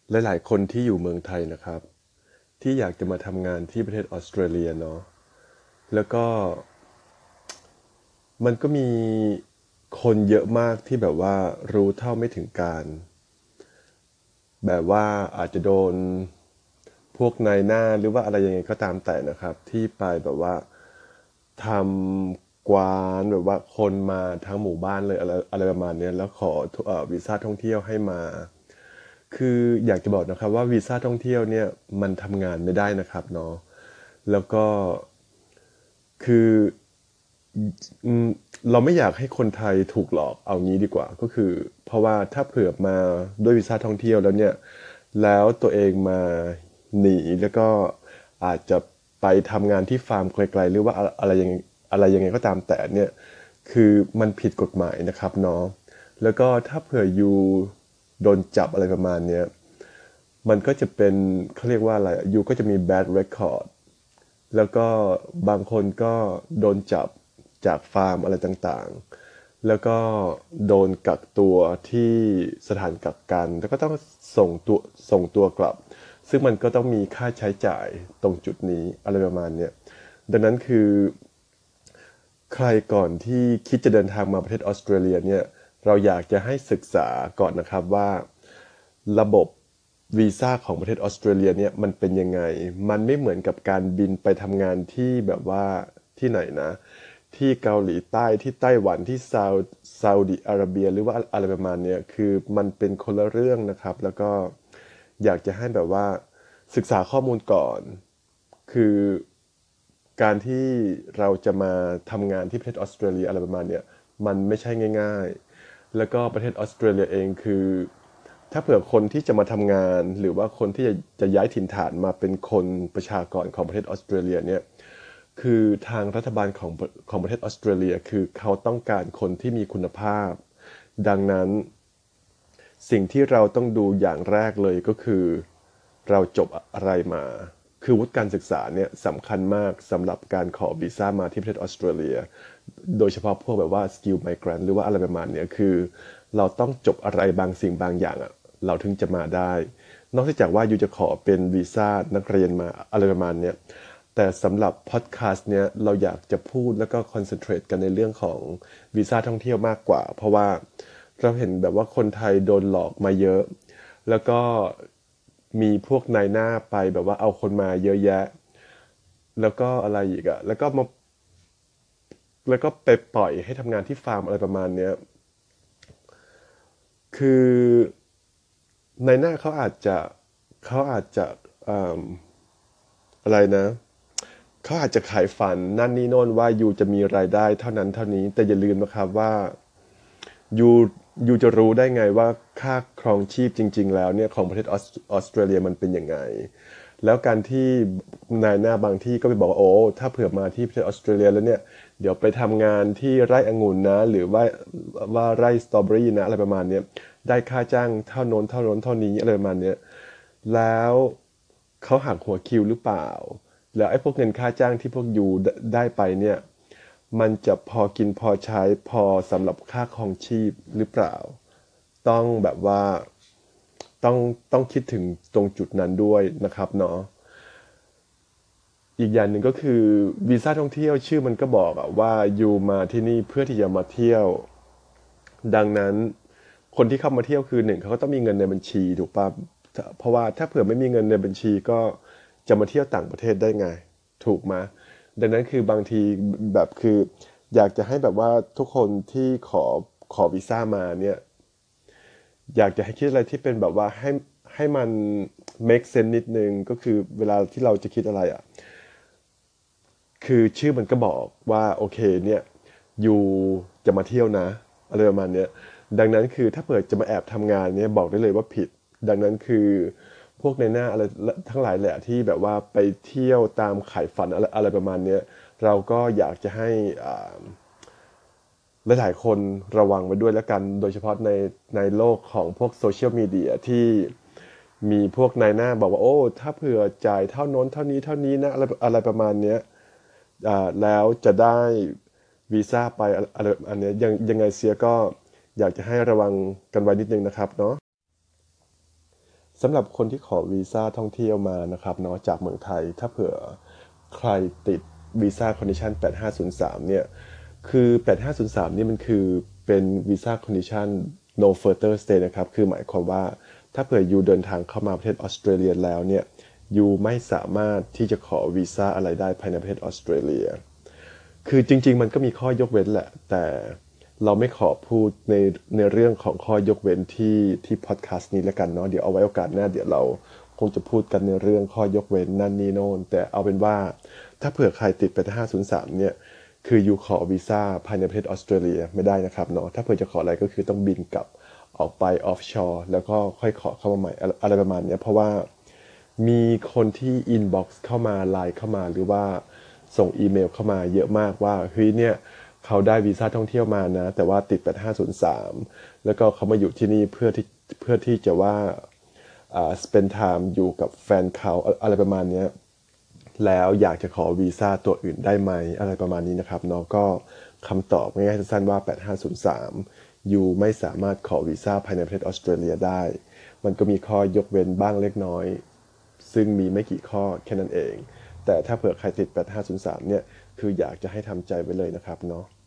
หลายๆคนที่อยู่เมืองไทยนะครับที่อยากจะมาทำงานที่ประเทศออสเตรเลียเนาะแล้วก็มันก็มีคนเยอะมากที่แบบว่ารู้เท่าไม่ถึงการแบบว่าอาจจะโดนพวกนายหน้าหรือว่าอะไรยังไงก็ตามแต่นะครับที่ไปแบบว่าทำกวานแบบว่าคนมาทั้งหมู่บ้านเลยอะไรประมาณเนี้ยแล้วขอวีซ่าท่องเที่ยวให้มา คืออยากจะบอกนะครับว่าวีซ่าท่องเที่ยวเนี่ยมันทำงานไม่ได้นะครับเนาะแล้วก็คืออืมเราไม่อยากให้คนไทยถูกหลอกเอางี้ดีกว่าก็คือเพราะว่าถ้าเผื่อมาด้วยวีซ่าท่องเที่ยวแล้วเนี่ยแล้วตัวเองมาหนีแล้วก็อาจจะไปทำงานที่ฟาร์มไกลๆหรือว่าอะไรยังไงก็ตามแต่เนี่ยคือมันผิดกฎหมายนะครับเนาะแล้วก็ถ้าเผื่อยูโดนจับอะไรประมาณเนี้ย มันก็จะเป็นเขาเรียกว่าอะไรยูก็จะมี bad record แล้วก็บางคนก็โดนจับจากฟาร์มอะไรต่างๆแล้วก็โดนกักตัวที่สถานกักกันแล้วก็ต้องส่งตัวส่งตัวกลับซึ่งมันก็ต้องมีค่าใช้จ่ายตรงจุดนี้อะไรประมาณเนี้ยดังนั้นคือ ใครก่อนที่คิดจะเดินทางมาประเทศออสเตรเลียเนี่ยเราอยากจะให้ศึกษาก่อนนะครับว่าระบบวีซ่าของประเทศออสเตรเลียเนี่ยมันเป็นยังไงมันไม่เหมือนกับการบินไปทำงานที่แบบว่าที่ไหนนะที่เกาหลีใต้ที่ไต้หวันที่ซาอุดิอาระเบียหรือว่าอะไรประมาณเนี้ยคือมันเป็นคนละเรื่องนะครับแล้วก็อยากจะให้แบบว่าศึกษาข้อมูลก่อน คือการที่เราจะมาทำงานที่ประเทศออสเตรเลียอะไรประมาณเนี้ยมันไม่ใช่ง่ายๆแล้วก็ประเทศออสเตรเลียเองคือถ้าเผื่อคนที่จะมาทำงานหรือว่าคนที่จะย้ายถิ่นฐานมาเป็นคนประชากรของประเทศออสเตรเลียเนี่ยคือทางรัฐบาลของประเทศออสเตรเลียคือเขาต้องการคนที่มีคุณภาพดังนั้น สิ่งที่เราต้องดูอย่างแรกเลยก็คือเราจบอะไรมาคือวุฒิการศึกษาเนี่ยสำคัญมากสำหรับการขอวีซ่ามาที่ประเทศออสเตรเลียโดยเฉพาะพวกแบบว่า skill migrant หรือว่าอะไรประมาณเนี้ยคือเราต้องจบอะไรบางสิ่งบางอย่างอะเราถึงจะมาได้นอกจากว่าอยู่จะขอเป็นวีซ่านักเรียนมาอะไรประมาณเนี้ยแต่สำหรับพอดแคสต์เนี้ยเราอยากจะพูดแล้วก็คอนเซนเทรตกันในเรื่องของวีซ่าท่องเที่ยวมากกว่าเพราะว่า เราเห็นแบบว่าคนไทยโดนหลอกมาเยอะแล้วก็มีพวกนายหน้าไปแบบว่าเอาคนมาเยอะแยะแล้วก็อะไรอีกอะแล้วก็ไปปล่อยให้ทำงานที่ฟาร์มอะไรประมาณเนี้ยคือนายหน้าเขาอาจจะเอ่ออะไรนะเขาอาจจะขายฝันนั่นนี่โน่นว่ายูจะมีรายได้เท่านั้นเท่านี้แต่อย่าลืมนะครับว่า ยูยูจะรู้ได้ไงว่าค่าครองชีพจริงๆแล้วเนี่ยของประเทศออสเตรเลียมันเป็นยังไงแล้วการที่นายหน้าบางที่ก็ไปบอกว่าโอ้ถ้าเผื่อมาที่ประเทศออสเตรเลียแล้วเนี่ยเดี๋ยวไปทำงานที่ไร่องุ่นนะหรือว่าไร่สตรอเบอรี่นะอะไรประมาณเนี้ยได้ค่าจ้างเท่าโน้นเท่าโน้นเท่านี้อะไรประมาณเนี้ยแล้วเขาหักหัวคิวหรือเปล่าแล้วไอ้พวกเงินค่าจ้างที่พวกยูได้ไปเนี่ย มันจะพอกินพอใช้พอสำหรับค่าครองชีพหรือเปล่าต้องแบบว่าต้องต้องคิดถึงตรงจุดนั้นด้วยนะครับเนาะอีกอย่างหนึ่งก็คือวีซ่าท่องเที่ยวชื่อมันก็บอกอะว่าอยู่มาที่นี่เพื่อที่จะมาเที่ยวดังนั้นคนที่เข้ามาเที่ยวคือหนึ่งเขาก็ต้องมีเงินในบัญชีถูกป่ะเพราะว่าถ้าเผื่อไม่มีเงินในบัญชีก็จะมาเที่ยวต่างประเทศได้ไงถูกไหมดังนั้นคือบางทีแบบคืออยากจะให้แบบว่าทุกคนที่ขอวีซ่ามาเนี่ย อยากจะให้คิดอะไรที่เป็นแบบว่าให้มัน make sense นิดนึงก็คือเวลาที่เราจะคิดอะไรอ่ะคือชื่อมันก็บอกว่าโอเคเนี่ยยูจะมาเที่ยวนะอะไรประมาณเนี้ยดังนั้นคือถ้าเปิดจะมาแอบทำงานเนี่ยบอกได้เลยว่าผิดดังนั้นคือพวกในหน้าอะไรทั้งหลายแหละที่แบบว่าไปเที่ยวตามขายฝันอะไรประมาณเนี้ยเราก็อยากจะให้อ่า หลายๆคนระวังไว้ด้วยแล้วกันโดยเฉพาะในโลกของพวกโซเชียลมีเดียที่มีพวกนายหน้าบอกว่าโอ้ถ้าเผื่อจ่ายเท่าโน้นเท่านี้นะอะไรประมาณเนี้ยแล้วจะได้วีซ่าไปอะไรอันเนี้ยยังไงเสียก็อยากจะให้ระวังกันไว้นิดนึงนะครับเนาะสำหรับคนที่ขอวีซ่าท่องเที่ยวมานะครับเนาะจากเมืองไทยถ้าเผื่อใครติดวีซ่าคอนดิชัน8503เนี่ยคือ8503นี่มันคือเป็นวีซ่าคอนดิชัน no further stay นะครับคือหมายความว่าถ้าเผื่อยูเดินทางเข้ามาประเทศออสเตรเลียแล้วเนี่ยยูไม่สามารถที่จะขอวีซ่าอะไรได้ภายในประเทศออสเตรเลีย คือจริงๆมันก็มีข้อยกเว้นแหละแต่เราไม่ขอพูดในเรื่องของข้อยกเว้นที่พอดแคสต์นี้แล้วกันเนาะเดี๋ยวเอาไว้โอกาสหน้าเดี๋ยวเราคงจะพูดกันในเรื่องข้อยกเว้นนั่นนี่โน่นแต่เอาเป็นว่าถ้าเผื่อใครติดไปที่503เนี่ยคืออยู่ขอวีซ่าภายในประเทศออสเตรเลียไม่ได้นะครับเนาะถ้าเผื่อจะขออะไรก็คือต้องบินกลับออกไปออฟชอร์แล้วก็ค่อยขอเข้ามาใหม่อะไรประมาณนี้เพราะว่า มีคนที่อินบ็อกซ์เข้ามาไลน์เข้ามาหรือว่าส่งอีเมลเข้ามาเยอะมากว่าเฮ้ยเนี่ยเขาได้วีซ่าท่องเที่ยวมานะแต่ว่าติด8503แล้วก็เขามาอยู่ที่นี่เพื่อที่จะว่าspend time อยู่กับแฟนเขาอะไรประมาณเนี้ยแล้วอยากจะขอวีซ่าตัวอื่นได้ไหมอะไรประมาณนี้นะครับเนาะก็คำตอบง่ายๆสั้นๆว่า8503ยูไม่สามารถขอวีซ่าภายในประเทศออสเตรเลียได้มันก็มีข้อยกเว้นบ้างเล็กน้อย ซึ่งมีไม่กี่ข้อแค่นั้นเอง แต่ถ้าเผื่อใครติด8503เนี่ย คืออยากจะให้ทำใจไว้เลยนะครับเนาะ